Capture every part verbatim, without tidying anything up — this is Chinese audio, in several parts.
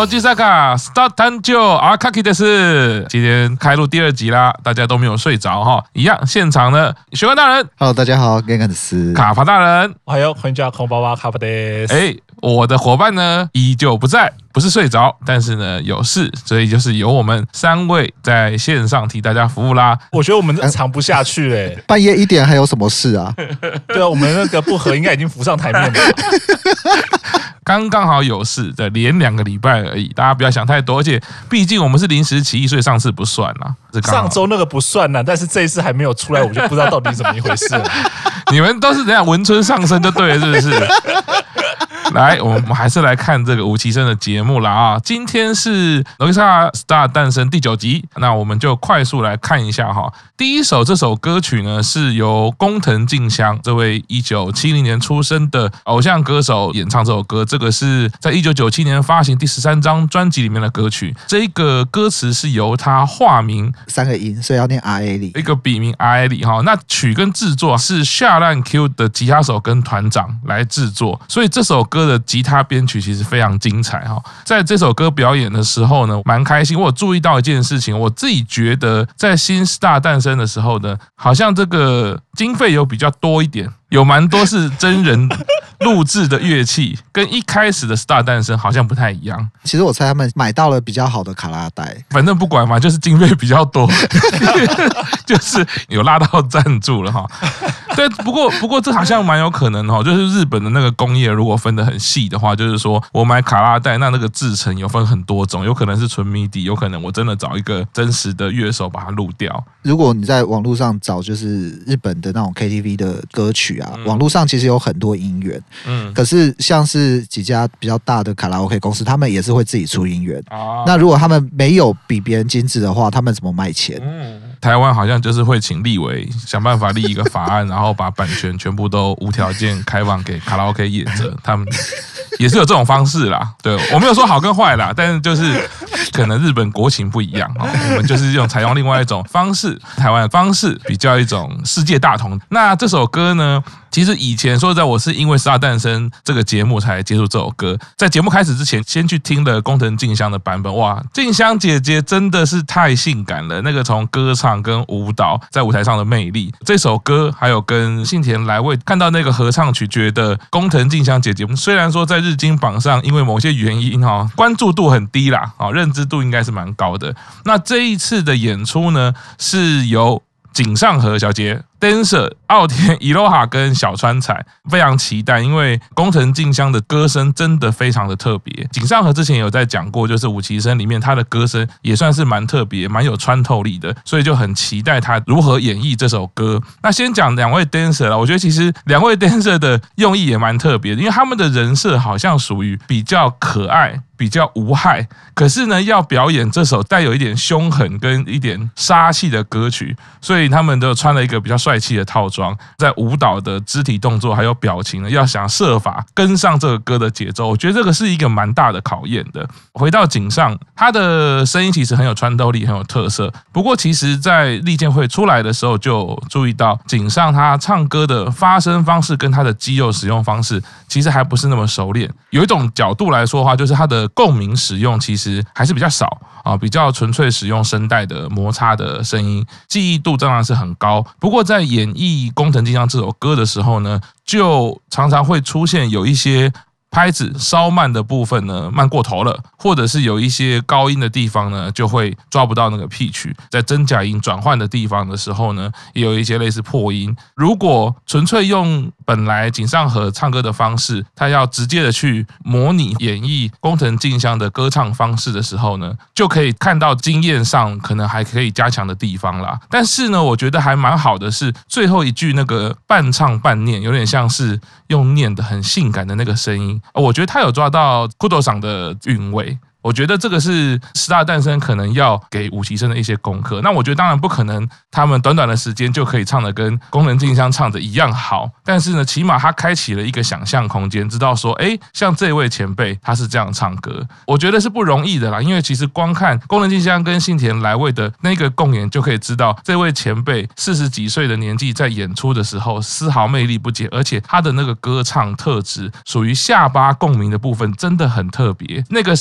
おじさか Start 誕生阿卡基的是，今天开录第二集啦，大家都没有睡着哈，一样现场的玄关大人 ，Hello， 大家好，ゲンガです。 卡帕大人， おはよう、こんにちは、こんばんは、卡帕です。 哎，我的伙伴呢依旧不在，不是睡着，但是呢有事，所以就是由我们三位在线上替大家服务啦。 我觉得我们藏不下去哎、欸， 半夜一点还有什么事啊？ 对啊，我们那个不合应该已经浮上台面了。 刚刚好有事，对，连两个礼拜而已，大家不要想太多。而且毕竟我们是临时起意，所以上次不算啦。 上周那个不算啦，但是这一次还没有出来，我就不知道到底怎么一回事了。 你们都是怎样文春上身就对了，是不是？来，我们还是来看这个吴奇生的节目啦啊！今天是《罗伊莎 Star》诞生第九集，那我们就快速来看一下哈。第一首这首歌曲呢，是由工藤静香这位一九七零年出生的偶像歌手演唱这首歌。这个是在一九九七年发行第十三张专辑里面的歌曲。这个歌词是由他化名三个音，所以要念 R A 里， 一个笔名 R A 里哈。那曲跟制作是夏烂 Q 的吉他手跟团长来制作，所以这首歌的吉他编曲其实非常精彩哈。在这首歌表演的时候呢，蛮开心。我有注意到一件事情，我自己觉得在新 Star 诞生的时候呢，好像这个经费有比较多一点，有蛮多是真人录制的乐器，跟一开始的 Star 诞生好像不太一样。 其实我猜他们买到了比较好的卡拉带， 反正不管嘛，就是经费比较多，就是有拉到赞助了哈。对，不过不过这好像蛮有可能哈，就是日本的那个工业如果分得很细的话，就是说我买卡拉带，那那个制成有分很多种，有可能是纯 M I D I， 有可能我真的找一个真实的乐手把它录掉。 如果你在网络上找就是日本的那种 K T V 的歌曲啊，嗯、网络上其实有很多音源，嗯，可是像是几家比较大的卡拉 OK 公司，他们也是会自己出音源。啊、那如果他们没有比别人精致的话，他们怎么卖钱？嗯， 台湾好像就是会请立委想办法立一个法案，然后把版权全部都无条件开放给卡拉 OK 业者，他们也是有这种方式啦。对，我没有说好跟坏啦，但是就是可能日本国情不一样，我们就是用采用另外一种方式，台湾的方式比较一种世界大同。那这首歌呢，其实以前说实在，我是因为《Star 诞生》这个节目才接触这首歌。在节目开始之前，先去听了工藤静香的版本，哇，静香姐姐真的是太性感了！那个从歌唱跟舞蹈在舞台上的魅力，这首歌还有跟幸田来未看到那个合唱曲，觉得工藤静香姐姐虽然说在日经榜上因为某些原因哈关注度很低啦，认知度应该是蛮高的。那这一次的演出呢，是由井上和小姐、Dancer、奥田伊罗哈跟小川彩，非常期待，因为工藤静香的歌声真的非常的特别。井上和之前有在讲过，就是武崎生里面他的歌声也算是蛮特别、蛮有穿透力的，所以就很期待他如何演绎这首歌。那先讲两位 Dancer 啦，我觉得其实两位 Dancer 的用意也蛮特别的，因为他们的人设好像属于比较可爱、比较无害，可是呢，要表演这首带有一点凶狠跟一点杀气的歌曲，所以他们都穿了一个比较帅气的套装，在舞蹈的肢体动作还有表情呢，要想设法跟上这个歌的节奏，我觉得这个是一个蛮大的考验的。回到井上，他的声音其实很有穿透力，很有特色。不过其实在立剑会出来的时候，就注意到井上他唱歌的发声方式跟他的肌肉使用方式，其实还不是那么熟练。有一种角度来说的话，就是他的共鸣使用其实还是比较少啊，比较纯粹使用声带的摩擦的声音，记忆度当然是很高。不过在演绎工藤静香这首歌的时候呢，就常常会出现有一些拍子稍慢的部分呢，慢过头了，或者是有一些高音的地方呢，就会抓不到那个 pitch， 在真假音转换的地方的时候呢，也有一些类似破音。如果纯粹用本来井上和唱歌的方式，他要直接的去模拟演绎工藤静香的歌唱方式的时候呢，就可以看到经验上可能还可以加强的地方啦。但是呢，我觉得还蛮好的是最后一句那个半唱半念，有点像是用念的很性感的那个声音。我觉得他有抓到库多桑的韵味，我觉得这个是Star诞生可能要给武崎生的一些功课。那我觉得当然不可能他们短短的时间就可以唱的跟工藤静香唱的一样好，但是呢，起码他开启了一个想象空间，知道说，哎，像这位前辈他是这样唱歌，我觉得是不容易的啦。因为其实光看工藤静香跟幸田来未的那个共演，就可以知道这位前辈四十几岁的年纪在演出的时候丝毫魅力不减，而且他的那个歌唱特质属于下巴共鸣的部分真的很特别，那个声音其实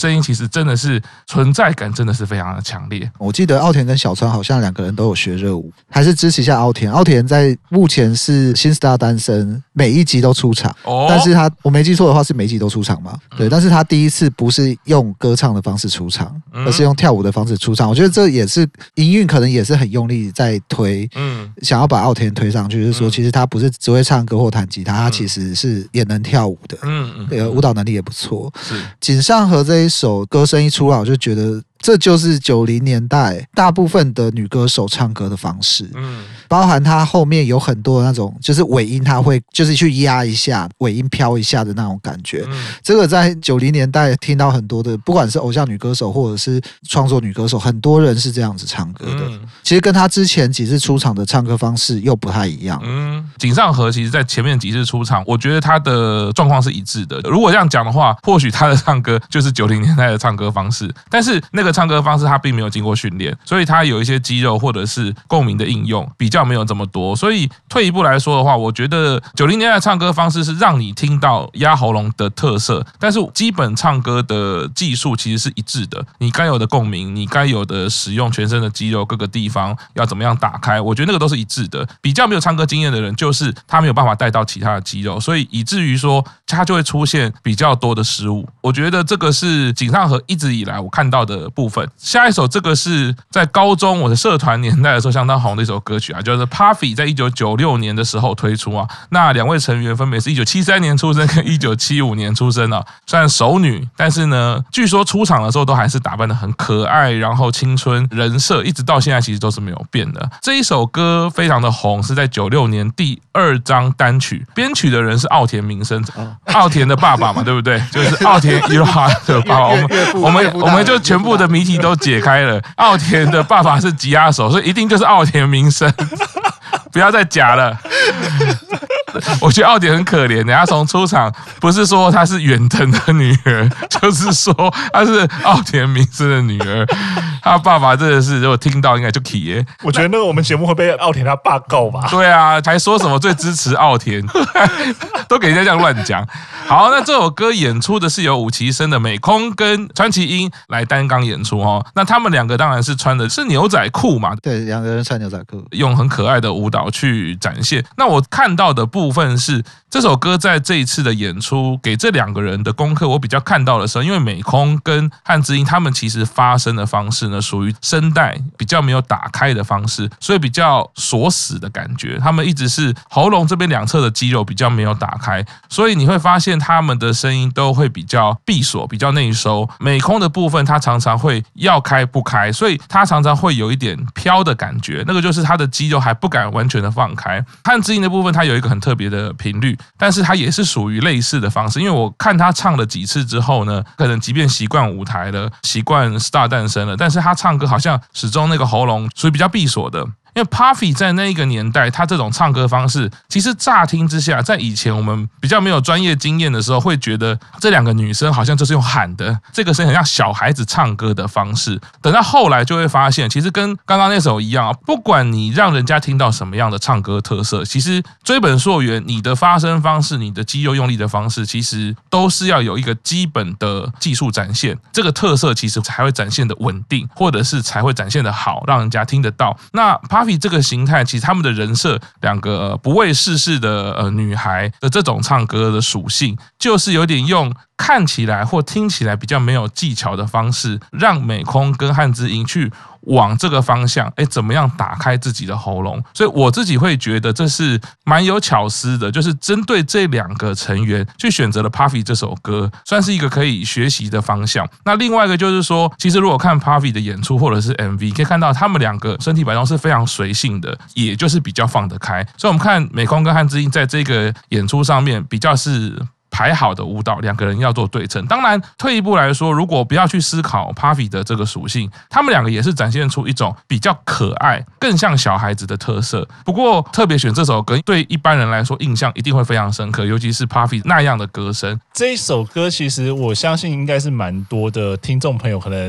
真的是存在感真的是非常的强烈。 我记得奥田跟小川好像两个人都有学热舞，还是支持一下奥田。奥田在目前是新 Star 单身，每一集都出场，哦、但是他我没记错的话是每一集都出场嘛？对，但是他第一次不是用歌唱的方式出场，嗯、而是用跳舞的方式出场。我觉得这也是营运可能也是很用力在推，嗯，想要把奥田推上去，就是说其实他不是只会唱歌或弹吉他，他其实是也能跳舞的，嗯嗯，对，舞蹈能力也不错。是井上和这一首歌声一出来，我就觉得。这就是九零年代大部分的女歌手唱歌的方式，嗯，包含她后面有很多那种，就是尾音，她会就是去压一下，尾音飘一下的那种感觉。嗯、这个在九零年代听到很多的，不管是偶像女歌手或者是创作女歌手，很多人是这样子唱歌的。嗯、其实跟她之前几次出场的唱歌方式又不太一样。 嗯，井上和其实在前面几次出场，我觉得她的状况是一致的。如果这样讲的话，或许她的唱歌就是九零年代的唱歌方式，但是那个唱歌方式他并没有经过训练，所以他有一些肌肉或者是共鸣的应用比较没有这么多。所以退一步来说的话，我觉得九零年代的唱歌方式是让你听到压喉咙的特色，但是基本唱歌的技术其实是一致的。你该有的共鸣，你该有的使用全身的肌肉各个地方要怎么样打开，我觉得那个都是一致的。比较没有唱歌经验的人，就是他没有办法带到其他的肌肉，所以以至于说他就会出现比较多的失误。我觉得这个是井上和一直以来我看到的部分。下一首这个是在高中我的社团年代的时候相当红的一首歌曲啊，就是 Puffy 在一九九六年的时候推出啊。那两位成员分别是一九七三年出生跟一九七五年出生啊，虽然熟女，但是呢，据说出场的时候都还是打扮得很可爱，然后青春人设一直到现在其实都是没有变的。这一首歌非常的红，是在九六年第二张单曲，编曲的人是奥田民生，奥田的爸爸嘛，对不对？就是奥田一路哈的爸爸。我们我们我们就全部的谜题都解开了。奥田的爸爸是吉他手，所以一定就是奥田民生，不要再假了。我觉得奥田很可怜的，他从出场不是说他是远藤的女儿，就是说他是奥田民生的女儿。他爸爸真的是，如果听到应该就气耶。 我觉得那个我们节目会被奥田他爸告吧？ 对啊，还说什么最支持奥田，都给人家这样乱讲。好，那这首歌演出的是由武崎生的美空跟川崎英来担纲演出哦。那他们两个当然是穿的是牛仔裤嘛， 对，两个人穿牛仔裤， 用很可爱的舞蹈去展现。那我看到的部分是这首歌在这一次的演出给这两个人的功课，我比较看到的是，因为美空跟汉之英他们其实发声的方式呢，属于声带比较没有打开的方式，所以比较锁死的感觉。他们一直是喉咙这边两侧的肌肉比较没有打开，所以你会发现他们的声音都会比较闭锁，比较内收。美空的部分，它常常会要开不开，所以它常常会有一点飘的感觉，那个就是它的肌肉还不敢完全的放开。汉之英的部分，它有一个很特别的频率，但是它也是属于类似的方式。因为我看他唱了几次之后呢，可能即便习惯舞台了，习惯 Star 诞生了，但是他唱歌好像始终那个喉咙属于比较闭锁的。因为 Puffy 在那一个年代，他这种唱歌方式，其实乍听之下，在以前我们比较没有专业经验的时候，会觉得这两个女生好像就是用喊的，这个声音很像小孩子唱歌的方式。等到后来就会发现，其实跟刚刚那首一样啊，不管你让人家听到什么样的唱歌特色，其实追本溯源，你的发声方式、你的肌肉用力的方式，其实都是要有一个基本的技术展现，这个特色其实才会展现的稳定，或者是才会展现的好，让人家听得到。那Puffy 这个形态，其实他们的人设，两个不畏世事的呃女孩的这种唱歌的属性，就是有点用看起来或听起来比较没有技巧的方式，让美空跟汉之英去往这个方向，哎，怎么样打开自己的喉咙？所以我自己会觉得这是蛮有巧思的，就是针对这两个成员去选择了 Puffy 这首歌，算是一个可以学习的方向。那另外一个就是说，其实如果看 Puffy 的演出或者是 M V， 可以看到他们两个身体摆动是非常随性的，也就是比较放得开。所以我们看美空跟汉之英在这个演出上面比较是排好的舞蹈，两个人要做对称。当然，退一步来说，如果不要去思考 Puffy 的这个属性，他们两个也是展现出一种比较可爱、更像小孩子的特色。不过，特别选这首歌，对一般人来说印象一定会非常深刻，尤其是 Puffy 那样的歌声。 这一首歌，其实我相信应该是蛮多的听众朋友可能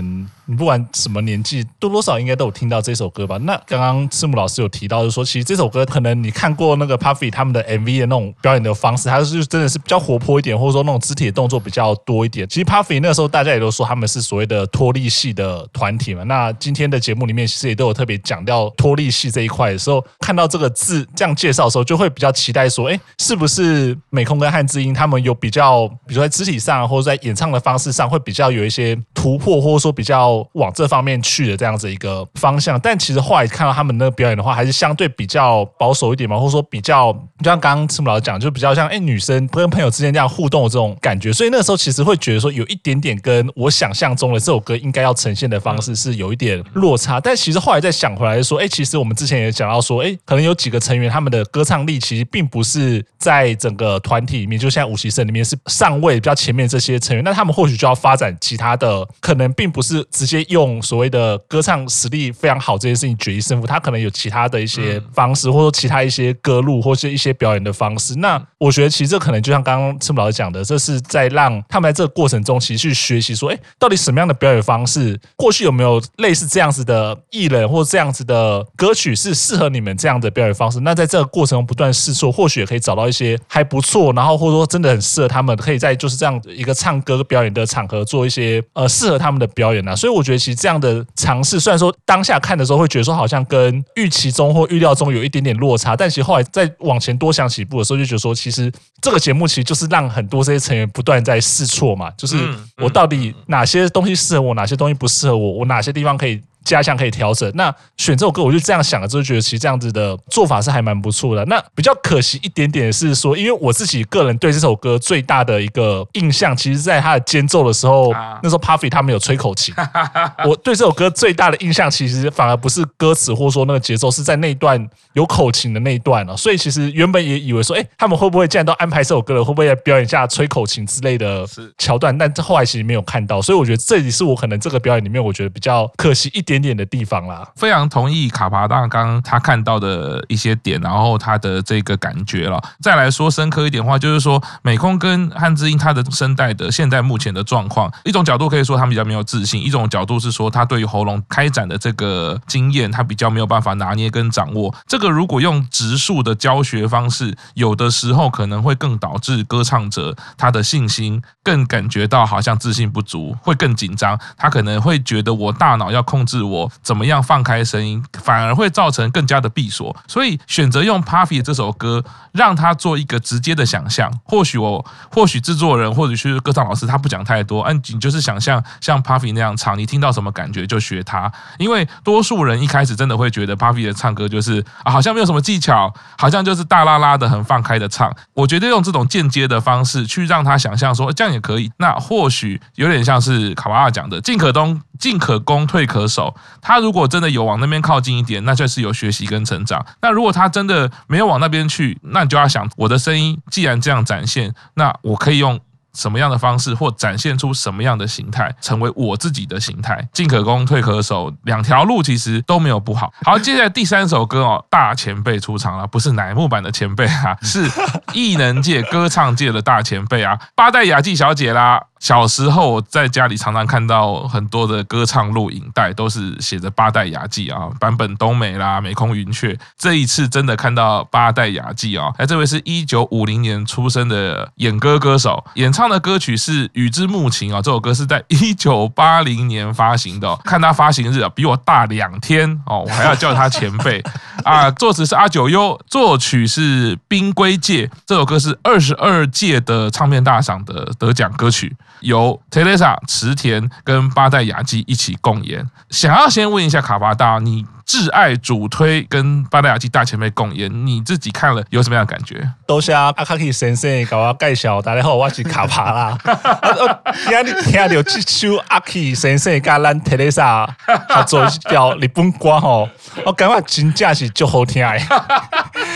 你不管什么年纪，多多少应该都有听到这首歌吧？那刚刚赤木老师有提到，就是说其实这首歌可能你看过那个 Puffy 他们的 M V 的那种表演的方式，它是真的是比较活泼一点，或者说那种肢体的动作比较多一点。其实 Puffy 那时候大家也都说他们是所谓的脱力系的团体嘛。那今天的节目里面其实也都有特别讲到脱力系这一块的时候，看到这个字这样介绍的时候，就会比较期待说，哎，是不是美空跟汉字音他们有比较，比如说在肢体上或者在演唱的方式上会比较有一些突破，或者说比较往这方面去的这样子一个方向。但其实后来看到他们那个表演的话，还是相对比较保守一点嘛，或者说比较就像刚刚赤木老师讲，就比较像哎女生跟朋友之间这样互动的这种感觉。所以那时候其实会觉得说有一点点跟我想象中的这首歌应该要呈现的方式是有一点落差。但其实后来再想回来说，哎，其实我们之前也讲到说，哎，可能有几个成员他们的歌唱力其实并不是在整个团体里面，就像五期生里面是上位比较前面这些成员，那他们或许就要发展其他的，可能并不是直接用所谓的歌唱实力非常好这件事情决一胜负，他可能有其他的一些方式，或者说其他一些歌路或是一些表演的方式。那我觉得其实这可能就像刚刚赤木老师讲的，这是在让他们在这个过程中其实去学习说，哎，到底什么样的表演方式，过去有没有类似这样子的艺人或这样子的歌曲是适合你们这样的表演方式。那在这个过程中不断试错，或许也可以找到一些还不错，然后或者说真的很适合他们，可以在就是这样一个唱歌表演的场合做一些呃适合他们的表演啊。所以我觉得其实这样的尝试，虽然说当下看的时候会觉得说好像跟预期中或预料中有一点点落差，但其实后来再往前多想几步的时候，就觉得说其实这个节目其实就是让很多这些成员不断在试错嘛，就是我到底哪些东西适合我，哪些东西不适合我，我哪些地方可以加强可以调整。那选这首歌我就这样想了之后，觉得其实这样子的做法是还蛮不错的。那比较可惜一点点的是说，因为我自己个人对这首歌最大的一个印象，其实在它的间奏的时候，啊、那时候 Puffy 他们有吹口琴。我对这首歌最大的印象，其实反而不是歌词或者说那个节奏，是在那段有口琴的那一段了、哦。所以其实原本也以为说，哎，他们会不会既然都安排这首歌了，会不会来表演一下吹口琴之类的桥段？但后来其实没有看到，所以我觉得这里是我可能这个表演里面我觉得比较可惜一点。点点的地方啦， 非常同意卡帕大刚刚他看到的一些点，然后他的这个感觉了。再来说深刻一点的话，就是说美空跟汉字音他的声带的现在目前的状况，一种角度可以说他比较没有自信，一种角度是说他对于喉咙开展的这个经验，他比较没有办法拿捏跟掌握。这个如果用直述的教学方式，有的时候可能会更导致歌唱者他的信心更感觉到好像自信不足，会更紧张，他可能会觉得我大脑要控制我怎么样放开声音，反而会造成更加的闭锁。所以选择用 Puffy 这首歌让他做一个直接的想象，或许我或许制作人或者是歌唱老师他不讲太多，啊，你就是想象像 Puffy 那样唱，你听到什么感觉就学他。因为多数人一开始真的会觉得 Puffy 的唱歌就是、啊、好像没有什么技巧，好像就是大拉拉的很放开的唱。我觉得用这种间接的方式去让他想象说这样也可以，那或许有点像是卡瓦拉讲的进可攻进可攻退可守。他如果真的有往那边靠近一点，那就是有学习跟成长。那如果他真的没有往那边去，那你就要想我的声音既然这样展现，那我可以用什么样的方式或展现出什么样的形态，成为我自己的形态。进可攻退可守，两条路其实都没有不好。好，接下来第三首歌哦，大前辈出场了，不是乃木坂的前辈啊，是艺能界歌唱界的大前辈啊，八代雅纪小姐啦。小时候我在家里常常看到很多的歌唱录影带，都是写着八代雅纪啊，坂本冬美啦、美空云雀。这一次真的看到八代雅纪啊，哎，这位是一九五零年出生的演歌歌手，演唱的歌曲是《雨之木琴》啊，这首歌是在一九八零年发行的、哦，看他发行日啊，比我大两天哦，我还要叫他前辈啊。作词是阿久优，作曲是滨归介，这首歌是二十二届的唱片大赏的得奖歌曲。由 Teresa 池田跟八代雅纪一起共演。想要先问一下卡巴大，你挚爱主推跟八代雅纪大前辈共演，你自己看了有什么样的感觉？ 多谢阿卡基先生给我介绍，大家好，我是卡巴啦。听听到这首阿基先生跟咱 Teresa 合作一条日本歌吼，我感觉真正是足好听的。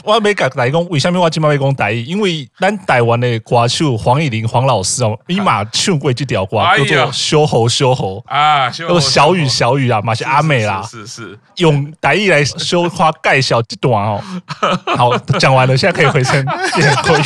我没讲台语，为什么我今麦要讲台语？因为咱台湾的歌手黄以玲黄老师哦，伊嘛唱过这条歌，叫做《修猴修猴》啊，叫小雨小雨啊，嘛是阿美啦， 是是是， 用台语来修花介绍这段哦。好，讲完了，现在可以回声变口语。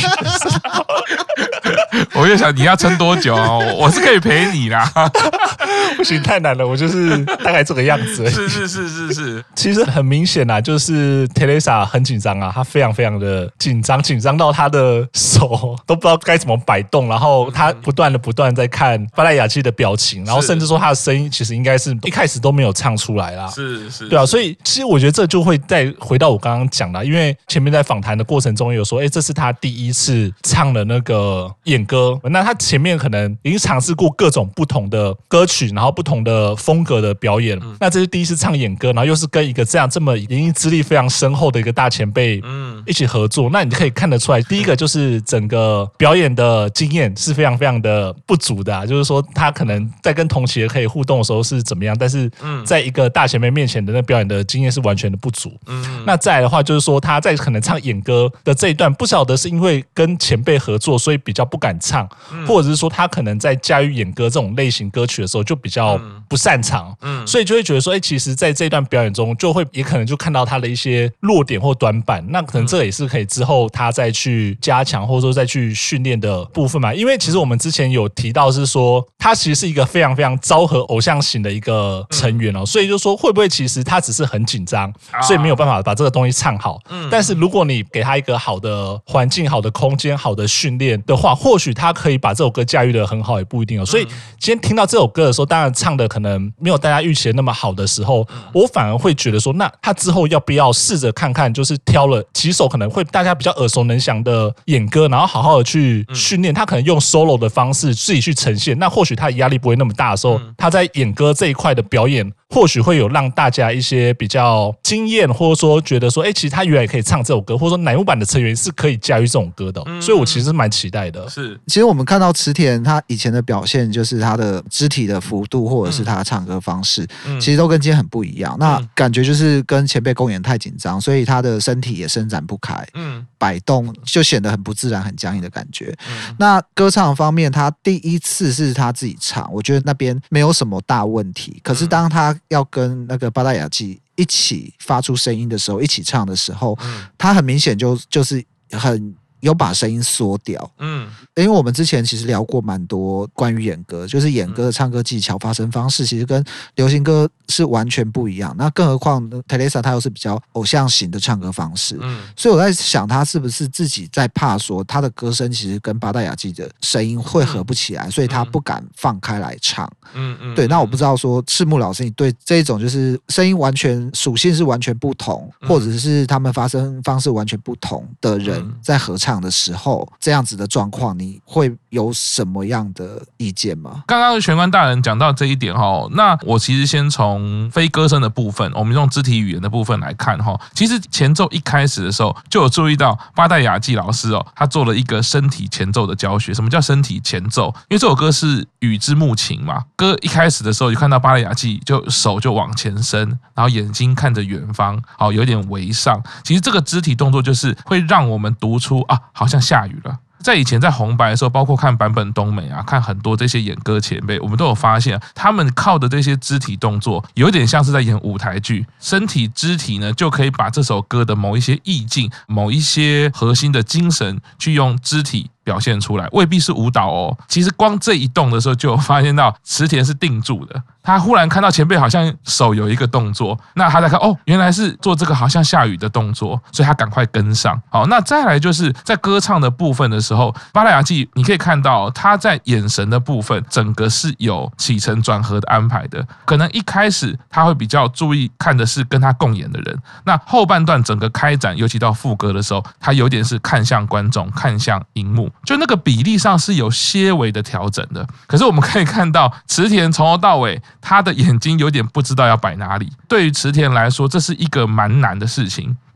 我就想你要撑多久哦？我是可以陪你啦。 不行，太难了，我就是大概这个样子。 是是是是是， 其实很明显啊，就是 Teresa 很紧张啊，她非常非常的紧张，紧张到她的手都不知道该怎么摆动，然后她不断的不断在看巴代雅纪的表情，然后甚至说她的声音其实应该是一开始都没有唱出来啦。 是是， 对啊，所以其实我觉得这就会再回到我刚刚讲的，因为前面在访谈的过程中有说，哎，这是她第一次唱的那个演歌，那她前面可能已经尝试过各种不同的歌曲，然后不同的风格的表演，嗯、那这是第一次唱演歌，然后又是跟一个这样这么演艺资历非常深厚的一个大前辈，嗯，一起合作，那你可以看得出来，第一个就是整个表演的经验是非常非常的不足的、啊，就是说他可能在跟同期可以互动的时候是怎么样，但是在一个大前辈面前的那表演的经验是完全的不足。嗯，那再来的话就是说他在可能唱演歌的这一段，不晓得是因为跟前辈合作，所以比较不敢唱，嗯、或者是说他可能在驾驭演歌这种类型歌曲的时候就比较不擅长，嗯，所以就会觉得说，哎，其实在这一段表演中，就会也可能就看到他的一些弱点或短板，那可能这也是可以之后他再去加强，或者说再去训练的部分嘛。因为其实我们之前有提到是说，他其实是一个非常非常昭和偶像型的一个成员哦，所以就说会不会其实他只是很紧张，所以没有办法把这个东西唱好。但是如果你给他一个好的环境、好的空间、好的训练的话，或许他可以把这首歌驾驭的很好，也不一定哦。所以今天听到这首歌的时候，当然唱的可能没有大家预期的那么好的时候，我反而会觉得说，那他之后要不要试着看看，就是挑了几首可能会大家比较耳熟能详的演歌，然后好好的去训练，他可能用 solo 的方式自己去呈现，那或许他的压力不会那么大的时候，他在演歌这一块的表演，或许会有让大家一些比较惊艳，或者说觉得说，哎，其实他原来可以唱这首歌，或者说乃木坂的成员是可以驾驭这种歌的、哦嗯，所以我其实蛮期待的。 是， 其实我们看到池田他以前的表现，就是他的肢体的幅度，或者是他的唱歌方式，嗯、其实都跟今天很不一样。那感觉就是跟前辈公演太紧张，所以他的身体也伸展不开，嗯，摆动就显得很不自然、很僵硬的感觉。嗯、那歌唱方面，他第一次是他自己唱，我觉得那边没有什么大问题。可是当他要跟那个巴代雅纪一起发出声音的时候，一起唱的时候，嗯、他很明显就就是很有把声音缩掉。嗯，因为我们之前其实聊过蛮多关于演歌，就是演歌的唱歌技巧、发声方式，其实跟流行歌是完全不一样。那更何况 Teresa 她又是比较偶像型的唱歌方式，嗯，所以我在想，她是不是自己在怕说她的歌声其实跟巴代雅纪的声音会合不起来，所以她不敢放开来唱。嗯嗯，对。那我不知道说赤木老师，你对这一种就是声音完全属性是完全不同，或者是他们发声方式完全不同的人在合唱的时候，这样子的状况，你会有什么样的意见吗？ 刚刚玄关大人讲到这一点哈，那我其实先从非歌声的部分，我们用肢体语言的部分来看哈。其实前奏一开始的时候，就有注意到巴代雅纪老师哦，他做了一个身体前奏的教学。什么叫身体前奏？因为这首歌是雨之木琴嘛，歌一开始的时候就看到巴代雅纪就手就往前伸，然后眼睛看着远方，好有点微上。其实这个肢体动作就是会让我们读出啊，好像下雨了。在以前在红白的时候，包括看坂本冬美啊，看很多这些演歌前辈，我们都有发现，他们靠的这些肢体动作，有点像是在演舞台剧，身体肢体呢就可以把这首歌的某一些意境、某一些核心的精神，去用肢体表现出来，未必是舞蹈哦。其实光这一动的时候，就有发现到池田是定住的。他忽然看到前辈好像手有一个动作，那他在看哦，原来是做这个好像下雨的动作，所以他赶快跟上。好，那再来就是在歌唱的部分的时候，巴代雅纪你可以看到他在眼神的部分，整个是有起承转合的安排的。可能一开始他会比较注意看的是跟他共演的人，那后半段整个开展，尤其到副歌的时候，他有点是看向观众，看向荧幕。就那个比例上是有些微的调整的，可是我们可以看到池田从头到尾他的眼睛有点不知道要摆哪里。对于池田来说，这是一个蛮难的事情。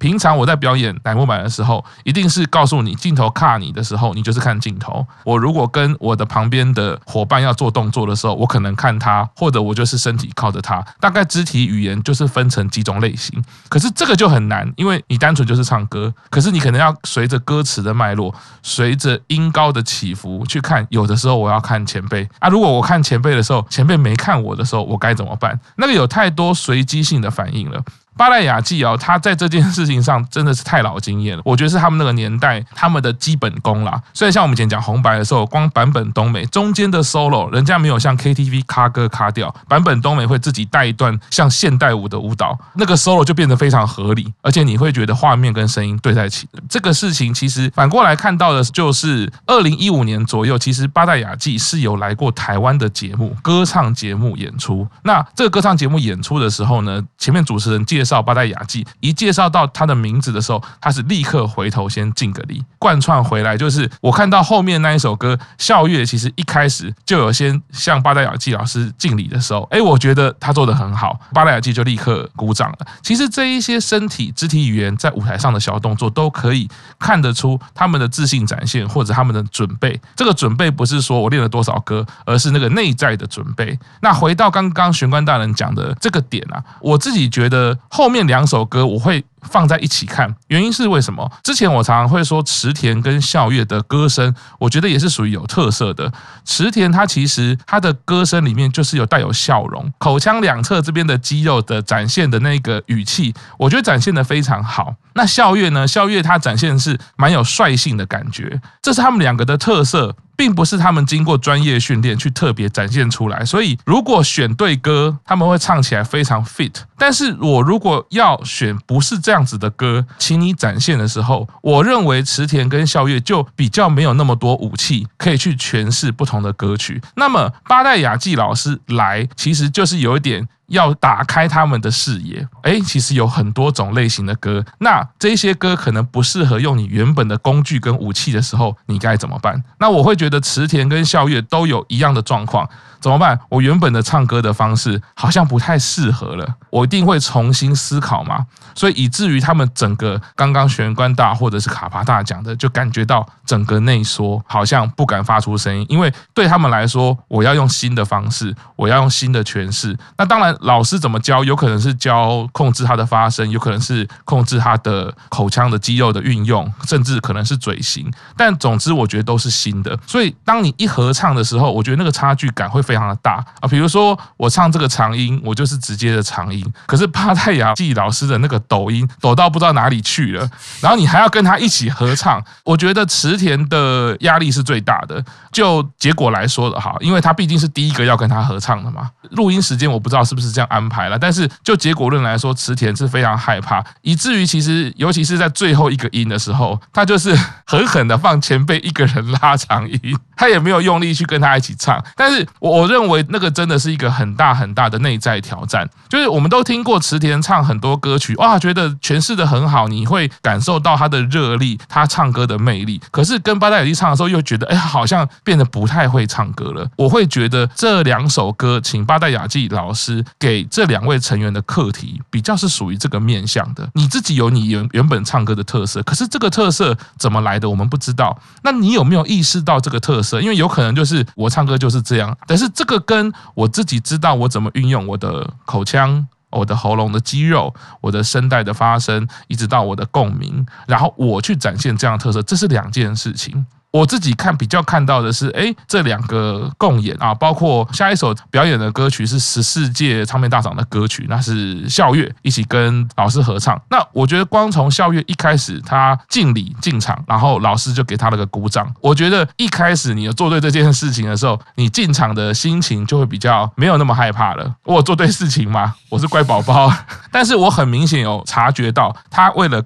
平常我在表演乃木坂的时候，一定是告诉你镜头卡你的时候，你就是看镜头。我如果跟我的旁边的伙伴要做动作的时候，我可能看他，或者我就是身体靠着他。大概肢体语言就是分成几种类型。可是这个就很难，因为你单纯就是唱歌，可是你可能要随着歌词的脉络，随着音高的起伏去看。有的时候我要看前辈啊，如果我看前辈的时候，前辈没看我的时候，我该怎么办？那个有太多随机性的反应了。八代雅纪哦，他在这件事情上真的是太老经验了，我觉得是他们那个年代他们的基本功啦。所以像我们以前讲红白的时候，光坂本冬美中间的 solo， 人家没有像 K T V 卡歌卡调，坂本冬美会自己带一段像现代舞的舞蹈，那个 solo 就变得非常合理，而且你会觉得画面跟声音对在一起的。这个事情其实反过来看到的就是二零一五年左右，其实八代雅纪是有来过台湾的节目，歌唱节目演出。那这个歌唱节目演出的时候呢，前面主持人介绍八代雅纪，一介绍到他的名字的时候，他是立刻回头先敬个礼，贯穿回来。就是我看到后面那一首歌笑月，其实一开始就有先向八代雅纪老师敬礼的时候，哎，我觉得他做得很好，八代雅纪就立刻鼓掌了。其实这一些身体肢体语言在舞台上的小动作都可以看得出他们的自信展现，或者他们的准备。这个准备不是说我练了多少歌，而是那个内在的准备。那回到刚刚玄关大人讲的这个点啊，我自己觉得后面两首歌我会放在一起看，原因是为什么？之前我常常会说池田跟笑月的歌声，我觉得也是属于有特色的。池田他其实他的歌声里面就是有带有笑容，口腔两侧这边的肌肉的展现的那个语气，我觉得展现的非常好。那笑月呢？笑月他展现的是蛮有率性的感觉，这是他们两个的特色，并不是他们经过专业训练去特别展现出来。所以如果选对歌，他们会唱起来非常 fit。但是我如果要选不是这样子的歌，请你展现的时候，我认为池田跟笑月就比较没有那么多武器可以去诠释不同的歌曲。那么八代雅纪老师来，其实就是有一点要打开他们的视野。哎，其实有很多种类型的歌，那这些歌可能不适合用你原本的工具跟武器的时候，你该怎么办？那我会觉得池田跟笑月都有一样的状况，怎么办？我原本的唱歌的方式好像不太适合了，我一定会重新思考嘛。所以以至于他们整个刚刚玄关大或者是卡帕大讲的，就感觉到整个内缩，好像不敢发出声音，因为对他们来说，我要用新的方式，我要用新的诠释。那当然，老师怎么教，有可能是教控制他的发声，有可能是控制他的口腔的肌肉的运用，甚至可能是嘴型。但总之，我觉得都是新的。所以当你一合唱的时候，我觉得那个差距感会非常的大啊。比如说我唱这个长音，我就是直接的长音，可是八代雅纪老师的那个抖音抖到不知道哪里去了，然后你还要跟他一起合唱，我觉得池田的压力是最大的。就结果来说的哈，因为他毕竟是第一个要跟他合唱的嘛，录音时间我不知道是不是这样安排了，但是就结果论来说，池田是非常害怕，以至于其实尤其是在最后一个音的时候，他就是狠狠的放前辈一个人拉长音，他也没有用力去跟他一起唱。但是我认为那个真的是一个很大很大的内在挑战，就是我们都听过池田唱很多歌曲，哇，觉得诠释的很好，你会感受到他的热力，他唱歌的魅力。可是跟八代雅纪唱的时候，又觉得哎，好像变得不太会唱歌了。我会觉得这两首歌，请八代雅纪老师给这两位成员的课题，比较是属于这个面向的。你自己有你原原本唱歌的特色，可是这个特色怎么来的，我们不知道。那你有没有意识到这个特色？因为有可能就是我唱歌就是这样，但是这个跟我自己知道我怎么运用我的口腔，我的喉咙的肌肉，我的声带的发声，一直到我的共鸣，然后我去展现这样的特色，这是两件事情。我自己看比较看到的是，哎，这两个共演啊，包括下一首表演的歌曲是十四届唱片大赏的歌曲，那是笑月一起跟老师合唱。那我觉得光从笑月一开始他敬礼进场，然后老师就给他了个鼓掌。我觉得一开始你有做对这件事情的时候，你进场的心情就会比较没有那么害怕了。我有做对事情吗？我是乖宝宝，但是我很明显有察觉到，他为了跟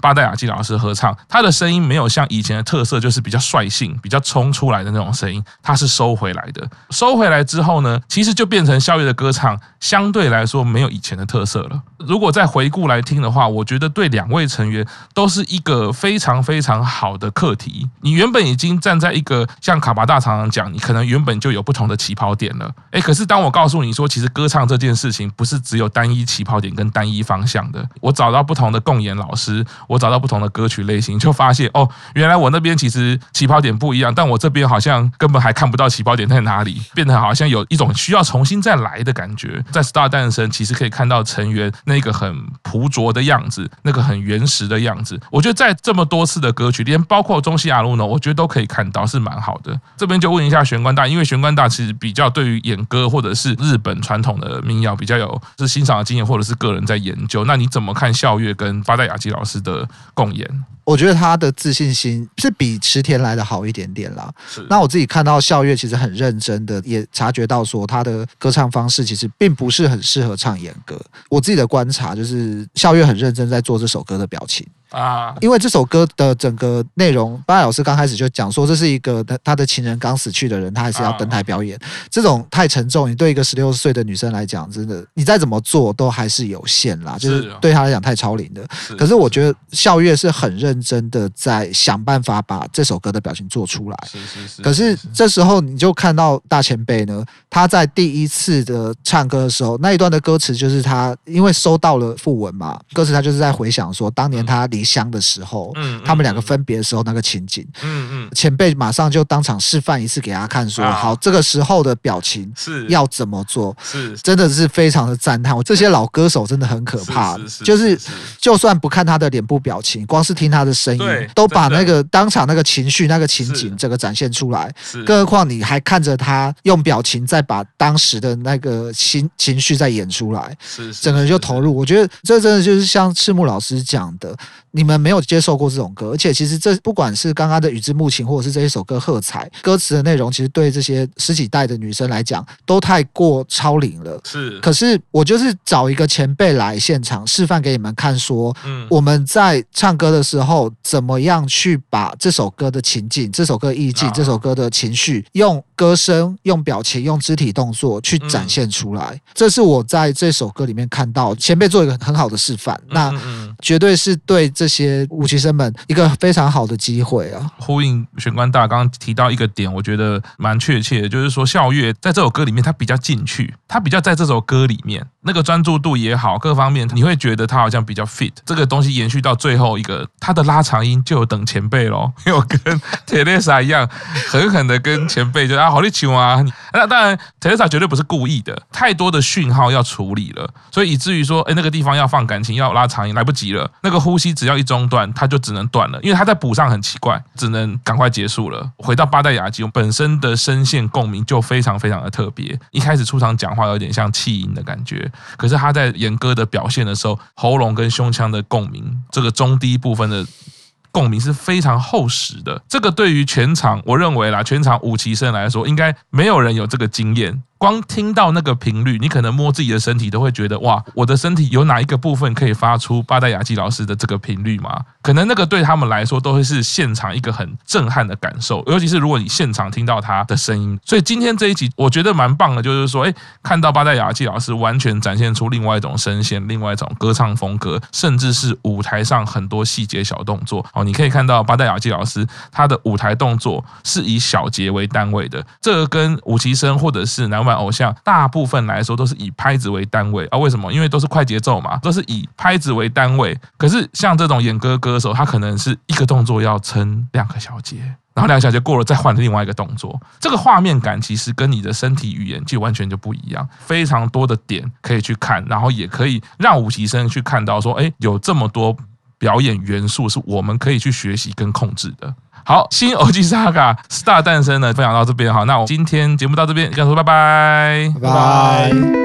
八代雅纪老师合唱，他的声音没有像以前的特色，就是比较率性、比较冲出来的那种声音，他是收回来的。收回来之后呢，其实就变成校乐的歌唱相对来说没有以前的特色了。如果再回顾来听的话，我觉得对两位成员都是一个非常非常好的课题。你原本已经站在一个像卡巴大常常讲，你可能原本就有不同的起跑点了。哎，可是当我告诉你说，其实歌唱这件事情不是只有单一起跑点跟单一方向的，我找到不同的共演老师，我找到不同的歌曲类型，就发现哦，原来我那边其实起跑点不一样，但我这边好像根本还看不到起跑点在哪里，变得好像有一种需要重新再来的感觉。在 Star 诞生，其实可以看到成员那个很朴拙的样子，那个很原始的样子。我觉得在这么多次的歌曲，连包括中西亚路呢，我觉得都可以看到是蛮好的。这边就问一下玄关大，因为玄关大其实比较对于演歌或者是日本传统的民谣比较有是欣赏的经验，或者是个人在研究。那你怎么看校乐跟八代雅纪老师的共演？ 我觉得他的自信心是比池田来的好一点点啦。那我自己看到校乐其实很认真的，也察觉到说他的歌唱方式其实并不是很适合唱演歌。我自己的观察就是校乐很认真在做这首歌的表情。啊，因为这首歌的整个内容，八代老师刚开始就讲说，这是一个他的情人刚死去的人，他还是要登台表演。这种太沉重，你对一个十六岁的女生来讲，真的你再怎么做都还是有限啦，就是对她来讲太超龄的。可是我觉得校乐是很认真的在想办法把这首歌的表情做出来。是是是。可是这时候你就看到大前辈呢，他在第一次的唱歌的时候，那一段的歌词就是他因为收到了讣文嘛，歌词他就是在回想说，当年他离乡的时候，嗯，他们两个分别的时候那个情景，嗯嗯，前辈马上就当场示范一次给他看说，说、啊、好，这个时候的表情是要怎么做，是真的是非常的赞叹。这些老歌手真的很可怕，是是是是就是就算不看他的脸部表情，光是听他的声音，都把那个当场那个情绪、那个情景整个展现出来。更何况你还看着他用表情再把当时的那个情情绪再演出来，是是是整个人就投入。我觉得这真的就是像赤木老师讲的。你们没有接受过这种歌，而且其实这不管是刚刚的《雨之木情》或者是这一首歌《喝彩》，歌词的内容其实对这些十几代的女生来讲都太过超龄了。是，可是我就是找一个前辈来现场示范给你们看说，嗯，我们在唱歌的时候怎么样去把这首歌的情境、这首歌的意境、啊、这首歌的情绪，用歌声、用表情、用肢体动作去展现出来。嗯、这是我在这首歌里面看到前辈做一个很好的示范。嗯、那绝对是对这些武旗生们一个非常好的机会啊！ 呼应玄关大刚刚提到一个点，我觉得蛮确切的，就是说校乐在这首歌里面，他比较进去，他比较在这首歌里面那个专注度也好，各方面你会觉得他好像比较 fit。这个东西延续到最后一个，他的拉长音就有等前辈咯，没有跟 Teresa 一样狠狠的跟前辈就啊好力球啊。那当然 Teresa 绝对不是故意的，太多的讯号要处理了，所以以至于说，哎，那个地方要放感情，要拉长音，来不及了。那个呼吸只要一中断，它就只能断了，因为它再补上很奇怪，只能赶快结束了。回到八代雅纪本身的声线共鸣就非常非常的特别，一开始出场讲话有点像气音的感觉，可是他在演歌的表现的时候，喉咙跟胸腔的共鸣，这个中低部分的共鸣是非常厚实的。这个对于全场，我认为啦，全场武旗生来说，应该没有人有这个经验。光听到那个频率，你可能摸自己的身体都会觉得哇，我的身体有哪一个部分可以发出八代雅纪老师的这个频率吗？可能那个对他们来说都会是现场一个很震撼的感受，尤其是如果你现场听到他的声音。所以今天这一集我觉得蛮棒的，就是说，哎，看到八代雅纪老师完全展现出另外一种声线，另外一种歌唱风格，甚至是舞台上很多细节小动作。哦，你可以看到八代雅纪老师他的舞台动作是以小节为单位的，这个跟武旗生或者是男版偶像大部分来说都是以拍子为单位啊。为什么？因为都是快节奏嘛，都是以拍子为单位。可是像这种演歌歌手，他可能是一个动作要撑两个小节，然后两个小节过了再换另外一个动作，这个画面感其实跟你的身体语言就完全就不一样，非常多的点可以去看，然后也可以让武旗生去看到说，哎，有这么多表演元素是我们可以去学习跟控制的。好，新欧吉萨嘎 Star 诞生呢，分享到这边。好，那我今天节目到这边，跟大家说拜拜， 拜拜。